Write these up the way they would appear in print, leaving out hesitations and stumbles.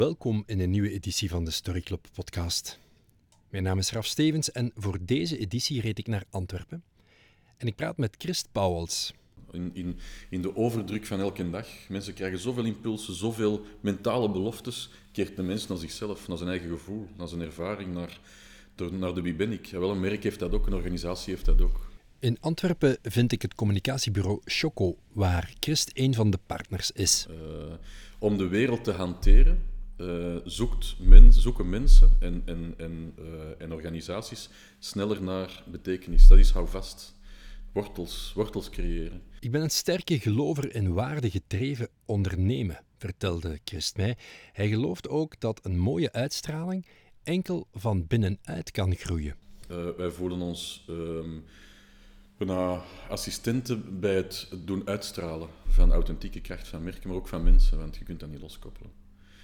Welkom in een nieuwe editie van de Story Club podcast. Mijn naam is Raf Stevens en voor deze editie reed ik naar Antwerpen. En ik praat met Christ Pauwels. In de overdruk van elke dag. Mensen krijgen zoveel impulsen, zoveel mentale beloftes. Keert de mens naar zichzelf, naar zijn eigen gevoel, naar zijn ervaring, naar de wie ben ik. Ja, wel, een merk heeft dat ook, een organisatie heeft dat ook. In Antwerpen vind ik het communicatiebureau Choco, waar Christ een van de partners is. Om de wereld te hanteren zoeken mensen en organisaties sneller naar betekenis. Dat is hou vast. Wortels creëren. Ik ben een sterke gelover in waardegedreven ondernemen, vertelde Christ mij. Hij gelooft ook dat een mooie uitstraling enkel van binnenuit kan groeien. Wij voelen ons bijna assistenten bij het doen uitstralen van authentieke kracht van merken, maar ook van mensen, want je kunt dat niet loskoppelen.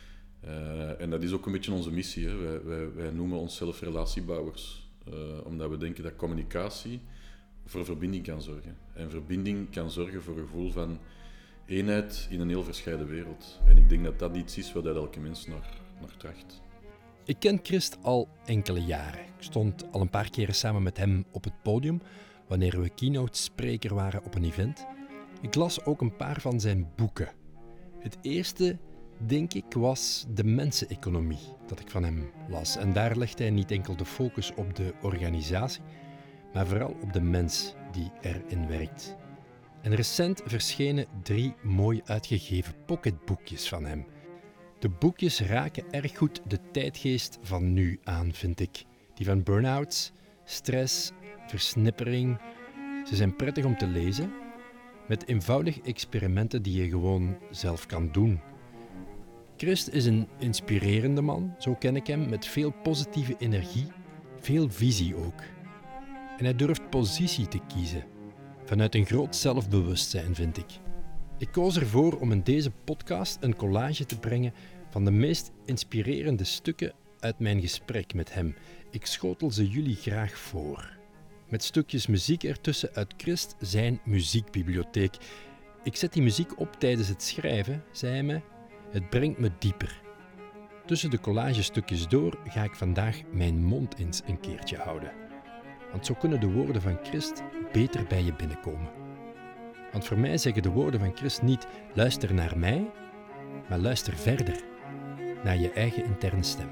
En dat is ook een beetje onze missie. Hè. Wij noemen onszelf relatiebouwers, omdat we denken dat communicatie voor verbinding kan zorgen. En verbinding kan zorgen voor een gevoel van eenheid in een heel verscheiden wereld. En ik denk dat dat iets is wat elke mens naar tracht. Ik ken Christ al enkele jaren. Ik stond al een paar keren samen met hem op het podium wanneer we keynote-spreker waren op een event. Ik las ook een paar van zijn boeken. Het eerste, denk ik, was De Menseneconomie, dat ik van hem las. En daar legde hij niet enkel de focus op de organisatie, maar vooral op de mens die erin werkt. En recent verschenen 3 mooi uitgegeven pocketboekjes van hem. De boekjes raken erg goed de tijdgeest van nu aan, vind ik. Die van burn-outs, stress, versnippering. Ze zijn prettig om te lezen, met eenvoudige experimenten die je gewoon zelf kan doen. Christ is een inspirerende man, zo ken ik hem, met veel positieve energie, veel visie ook. En hij durft positie te kiezen, vanuit een groot zelfbewustzijn, vind ik. Ik koos ervoor om in deze podcast een collage te brengen van de meest inspirerende stukken uit mijn gesprek met hem. Ik schotel ze jullie graag voor. Met stukjes muziek ertussen uit Christ zijn muziekbibliotheek. Ik zet die muziek op tijdens het schrijven, zei hij me. Het brengt me dieper. Tussen de collagestukjes door ga ik vandaag mijn mond eens een keertje houden. Want zo kunnen de woorden van Christ beter bij je binnenkomen. Want voor mij zeggen de woorden van Christ niet luister naar mij, maar luister verder naar je eigen interne stem.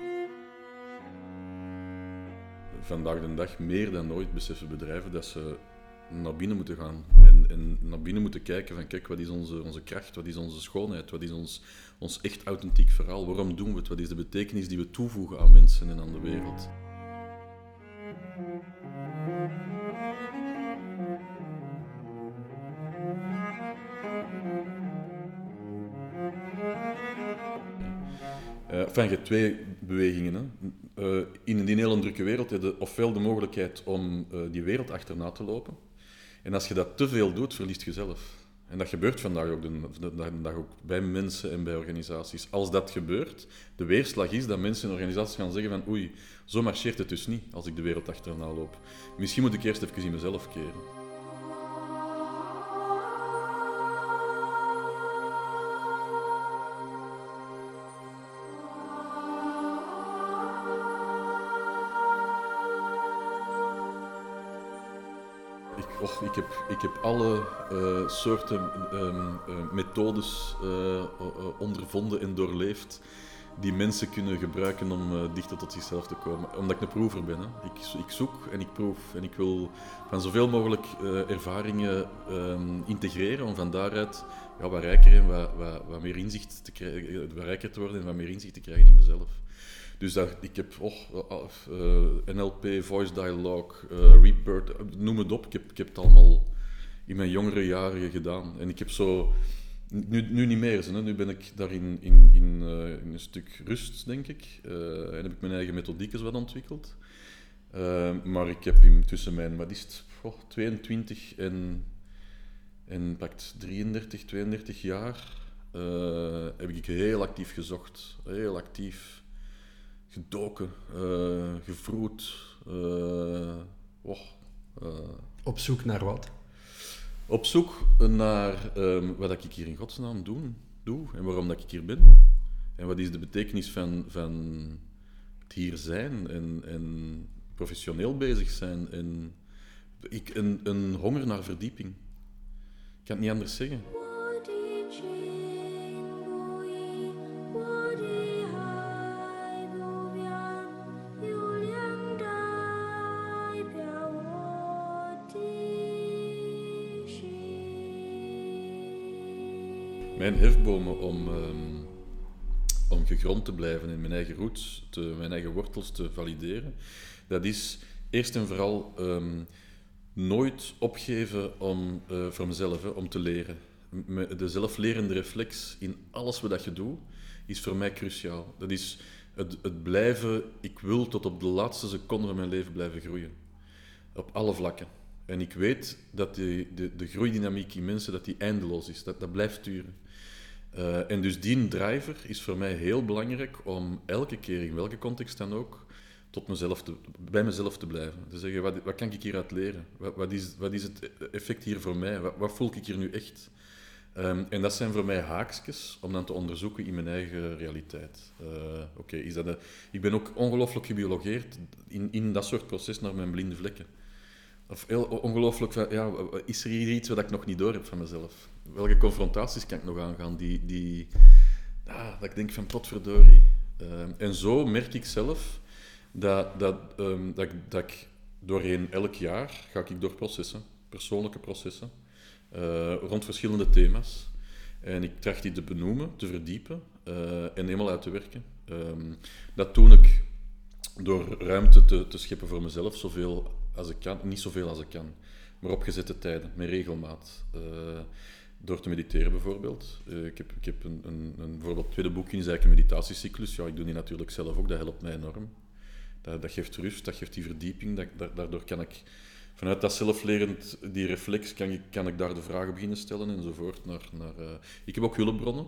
Vandaag de dag, meer dan ooit, beseffen bedrijven dat ze naar binnen moeten gaan. En naar binnen moeten kijken van kijk, wat is onze kracht, wat is onze schoonheid, wat is ons echt authentiek verhaal, waarom doen we het, wat is de betekenis die we toevoegen aan mensen en aan de wereld. Je hebt 2 bewegingen. Hè. In die hele drukke wereld heb je ofwel de mogelijkheid om die wereld achterna te lopen. En als je dat te veel doet, verliest je jezelf. En dat gebeurt vandaag ook, de dag ook bij mensen en bij organisaties. Als dat gebeurt, de weerslag is dat mensen en organisaties gaan zeggen van oei, zo marcheert het dus niet als ik de wereld achterna loop. Misschien moet ik eerst even in mezelf keren. Ik heb alle soorten methodes ondervonden en doorleefd die mensen kunnen gebruiken om dichter tot zichzelf te komen. Omdat ik een proever ben. Hè. Ik zoek en ik proef en ik wil van zoveel mogelijk ervaringen integreren om van daaruit wat rijker en wat meer inzicht te krijgen, wat rijker te worden en wat meer inzicht te krijgen in mezelf. Dus ik heb NLP, Voice Dialogue, Rebirth, noem het op. Ik heb het allemaal in mijn jongere jaren gedaan. En ik heb zo... Nu niet meer, hè. Nu ben ik daar in een stuk rust, denk ik. En heb ik mijn eigen methodiekjes wat ontwikkeld. Maar ik heb tussen mijn, 22 en pakt 33, 32 jaar, heb ik heel actief gezocht. Heel actief gedoken, gevroed. Op zoek naar wat? Op zoek naar wat ik hier in godsnaam doe en waarom dat ik hier ben. En wat is de betekenis van het hier zijn en professioneel bezig zijn en een honger naar verdieping. Ik kan het niet anders zeggen. Mijn hefbomen om gegrond te blijven en mijn eigen roots, mijn eigen wortels te valideren, dat is eerst en vooral nooit opgeven voor mezelf, om te leren. De zelflerende reflex in alles wat je doet, is voor mij cruciaal. Dat is het blijven, ik wil tot op de laatste seconde van mijn leven blijven groeien. Op alle vlakken. En ik weet dat de groeidynamiek in mensen dat die eindeloos is, dat blijft duren. En dus die driver is voor mij heel belangrijk om elke keer, in welke context dan ook, bij mezelf te blijven. Te zeggen, wat kan ik hieruit leren? Wat is het effect hier voor mij? Wat voel ik hier nu echt? En dat zijn voor mij haakjes om dan te onderzoeken in mijn eigen realiteit. Ik ben ook ongelooflijk gebiologeerd in dat soort proces naar mijn blinde vlekken. Of heel ongelooflijk, is er hier iets wat ik nog niet door heb van mezelf? Welke confrontaties kan ik nog aangaan dat ik denk van potverdorie. En zo merk ik zelf dat ik doorheen elk jaar ga ik door processen, persoonlijke processen, rond verschillende thema's. En ik tracht die te benoemen, te verdiepen en helemaal uit te werken. Dat doe ik door ruimte te scheppen voor mezelf, zoveel als ik kan. Niet zoveel als ik kan, maar op gezette tijden, met regelmaat. Door te mediteren bijvoorbeeld. Ik heb bijvoorbeeld het tweede boekje is eigenlijk een meditatiecyclus. Ja, ik doe die natuurlijk zelf ook, dat helpt mij enorm. Dat geeft rust, dat geeft die verdieping. Daardoor kan ik, vanuit dat zelflerend, die reflex, kan ik daar de vragen beginnen stellen enzovoort. Ik heb ook hulpbronnen.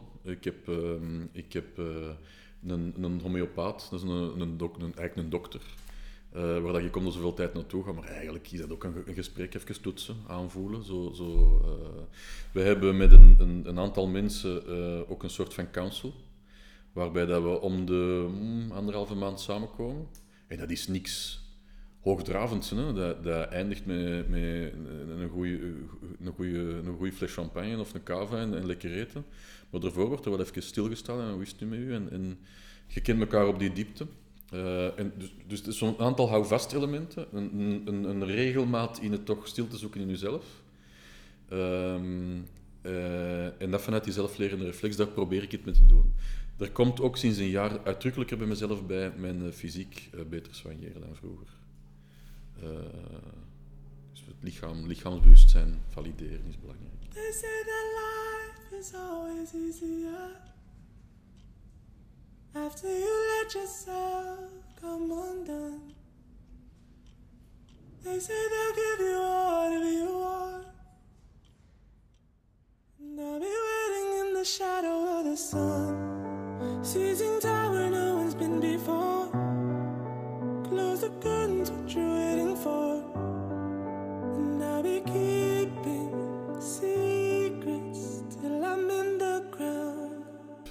Ik heb een homeopaat, dat is eigenlijk een dokter. Waar dat je komt er zoveel tijd naartoe gaat, maar eigenlijk is dat ook een gesprek, even toetsen, aanvoelen. We hebben met een aantal mensen ook een soort van council, waarbij dat we om de 1,5 maand samenkomen. En dat is niks hoogdravends, hè? Dat eindigt met een goede fles champagne of een cava en lekker eten. Maar daarvoor wordt er wel even stilgestaan en hoe is het nu met u? En je kent elkaar op die diepte. Dus het is zo'n aantal houvast elementen, een regelmaat in het toch stil te zoeken in jezelf. En dat vanuit die zelflerende reflex, daar probeer ik het mee te doen. Er komt ook sinds een jaar uitdrukkelijker bij mezelf bij mijn fysiek beter soigneren dan vroeger. Dus het lichaamsbewustzijn valideren is belangrijk. They say that life is always easier after you let yourself come undone. They say they'll give you whatever you want, and I'll be waiting in the shadow of the sun, seizing time where no one's been before. Close the curtains, what you're waiting for, and I'll be keeping secrets till I'm in the ground.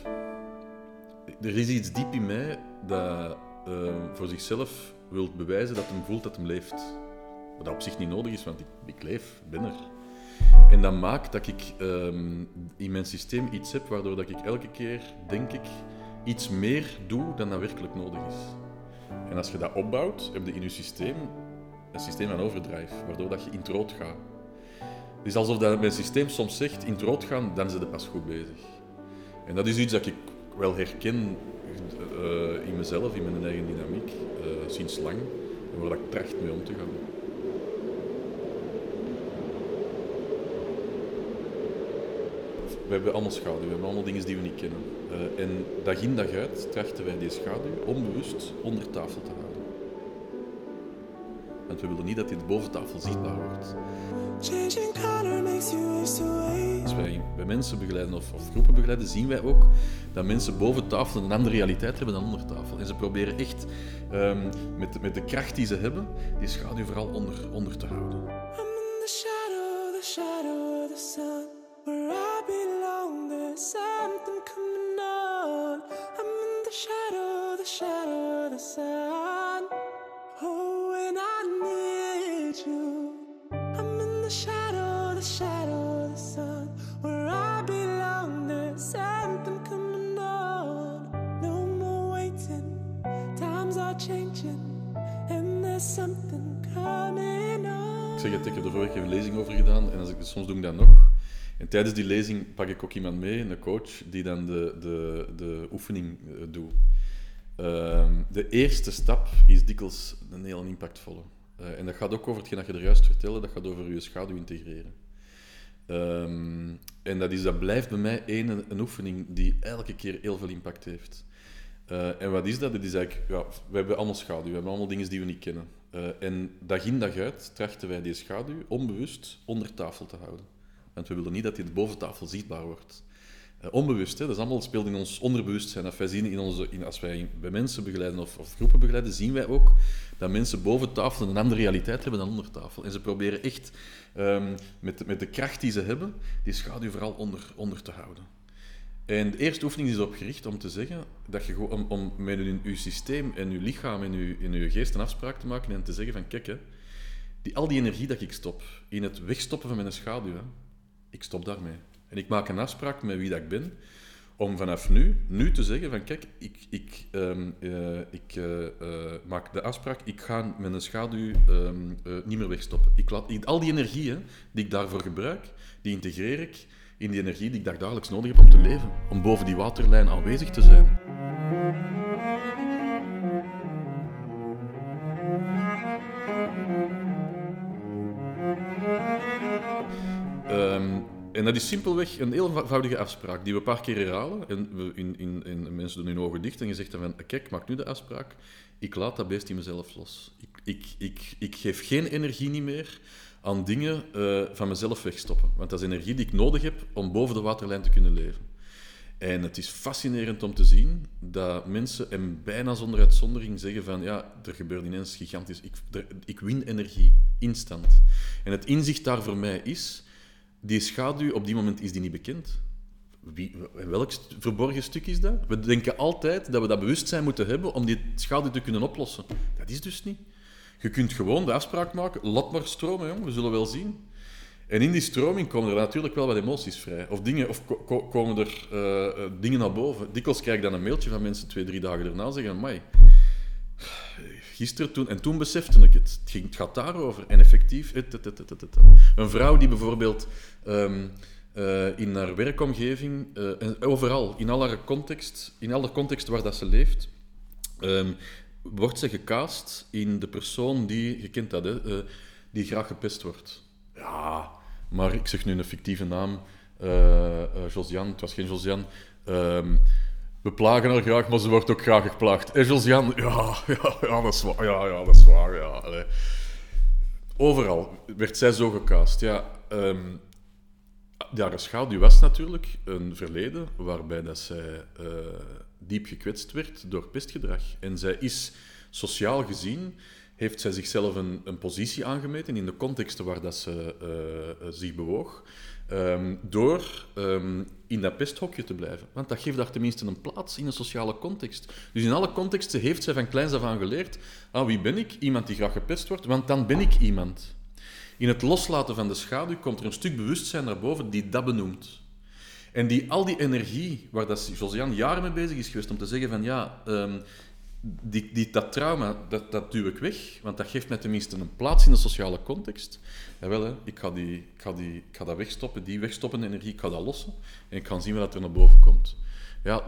Er is iets diep in mij dat voor zichzelf wil bewijzen dat hem voelt dat hem leeft. Wat dat op zich niet nodig is, want ik leef, ik ben er. En dat maakt dat ik in mijn systeem iets heb waardoor dat ik elke keer, denk ik, iets meer doe dan dat werkelijk nodig is. En als je dat opbouwt, heb je in je systeem een systeem van overdrive, waardoor dat je in het rood gaat. Het is alsof dat mijn systeem soms zegt, in het rood gaan, dan zijn ze pas goed bezig. En dat is iets dat ik wel herken in mezelf, in mijn eigen dynamiek, sinds lang, en waar ik tracht mee om te gaan. We hebben allemaal schaduw, we hebben allemaal dingen die we niet kennen. En dag in dag uit trachten wij die schaduw onbewust onder tafel te houden. Want we willen niet dat dit boven tafel zichtbaar wordt. Als wij bij mensen begeleiden of groepen begeleiden, zien wij ook dat mensen boven tafel een andere realiteit hebben dan onder tafel. En ze proberen echt met de kracht die ze hebben, die schaduw vooral onder te houden. I'm in the shadow of the sun, where I belong, there's something coming on. the shadow of the sun. Oh, when I need you, I'm in the shadow of the sun. Where I belong, there's something coming on. No more waiting, times are changing, and there's something coming on. Ik zeg het, ik heb er vorige keer een lezing over gedaan en soms doe ik dat nog. En tijdens die lezing pak ik ook iemand mee, een coach, die dan de oefening doet. De eerste stap is dikwijls een heel impactvolle. En dat gaat ook over hetgeen dat je er juist vertelde, dat gaat over je schaduw integreren. En dat blijft bij mij een oefening die elke keer heel veel impact heeft. En wat is dat? Dat is eigenlijk, we hebben allemaal schaduw, we hebben allemaal dingen die we niet kennen. En dag in dag uit trachten wij die schaduw onbewust onder tafel te houden. Want we willen niet dat die boven tafel zichtbaar wordt. Onbewust, hè? Dat is allemaal speelt in ons onderbewustzijn. Als wij zien als wij bij mensen begeleiden of groepen begeleiden, zien wij ook dat mensen boven tafel een andere realiteit hebben dan onder tafel. En ze proberen echt met de kracht die ze hebben, die schaduw vooral onder te houden. En de eerste oefening is erop gericht om te zeggen dat je om met je systeem en je lichaam en je geest een afspraak te maken en te zeggen van kijk, hè, al die energie dat ik stop in het wegstoppen van mijn schaduw, hè, ik stop daarmee. En ik maak een afspraak met wie dat ik ben, om vanaf nu te zeggen van kijk, ik maak de afspraak, ik ga mijn schaduw niet meer wegstoppen. Al die energie die ik daarvoor gebruik, die integreer ik in die energie die ik dagelijks nodig heb om te leven, om boven die waterlijn aanwezig te zijn. En dat is simpelweg een heel eenvoudige afspraak die we een paar keer herhalen. En mensen doen hun ogen dicht en je zegt dan van kijk, maak nu de afspraak. Ik laat dat beest in mezelf los. Ik geef geen energie niet meer aan dingen van mezelf wegstoppen. Want dat is energie die ik nodig heb om boven de waterlijn te kunnen leven. En het is fascinerend om te zien dat mensen, en bijna zonder uitzondering, zeggen van ja, er gebeurt ineens gigantisch. Ik win energie, instant. En het inzicht daar voor mij is, die schaduw op die moment is die niet bekend. Welk verborgen stuk is dat? We denken altijd dat we dat bewustzijn moeten hebben om die schaduw te kunnen oplossen. Dat is dus niet. Je kunt gewoon de afspraak maken, laat maar stromen, jong, we zullen wel zien. En in die stroming komen er natuurlijk wel wat emoties vrij. Of komen er dingen naar boven. Dikwijls krijg ik dan een mailtje van mensen 2-3 dagen daarna zeggen, amai, gisteren toen besefte ik het. Het gaat daarover. En effectief, een vrouw die bijvoorbeeld in haar werkomgeving, overal, in alle contexten waar dat ze leeft, wordt ze gecast in de persoon die, je kent dat, die graag gepest wordt. Ja, maar ik zeg nu een fictieve naam, Josiane, het was geen Josiane. We plagen haar graag, maar ze wordt ook graag geplaagd. En Josiane, ja, dat is waar. Ja, dat is waar, ja. Allee. Overal werd zij zo gecast. Ja, haar schaduw was natuurlijk een verleden waarbij dat zij diep gekwetst werd door pestgedrag. En zij is, sociaal gezien, heeft zij zichzelf een positie aangemeten in de contexten waar dat ze zich bewoog, door in dat pesthokje te blijven. Want dat geeft haar tenminste een plaats in een sociale context. Dus in alle contexten heeft zij van kleins af aan geleerd, wie ben ik? Iemand die graag gepest wordt, want dan ben ik iemand. In het loslaten van de schaduw komt er een stuk bewustzijn naar boven die dat benoemt. En al die energie, waar dat Josiane jaren mee bezig is geweest om te zeggen van ja, dat trauma, dat duw ik weg, want dat geeft mij tenminste een plaats in de sociale context. Jawel, hè, ik ga dat wegstoppen, die wegstoppende energie, ik ga dat lossen en ik ga zien wat er naar boven komt. Ja,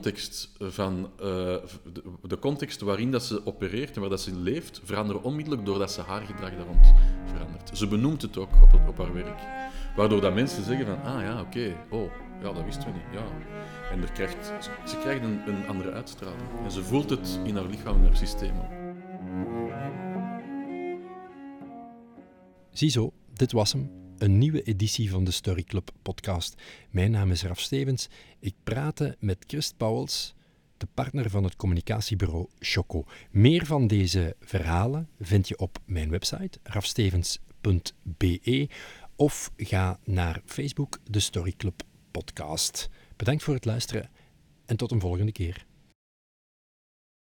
de context waarin dat ze opereert en waar dat ze leeft, verandert onmiddellijk doordat ze haar gedrag daar rond verandert. Ze benoemt het ook op haar werk. Waardoor dat mensen zeggen van, dat wisten we niet. Ja. En ze krijgt een andere uitstraling. En ze voelt het in haar lichaam en haar systeem ook. Ziezo, dit was hem. Een nieuwe editie van de Story Club podcast. Mijn naam is Raf Stevens. Ik praatte met Christ Pauwels, de partner van het communicatiebureau Choco. Meer van deze verhalen vind je op mijn website rafstevens.be of ga naar Facebook, de Story Club podcast. Bedankt voor het luisteren en tot een volgende keer.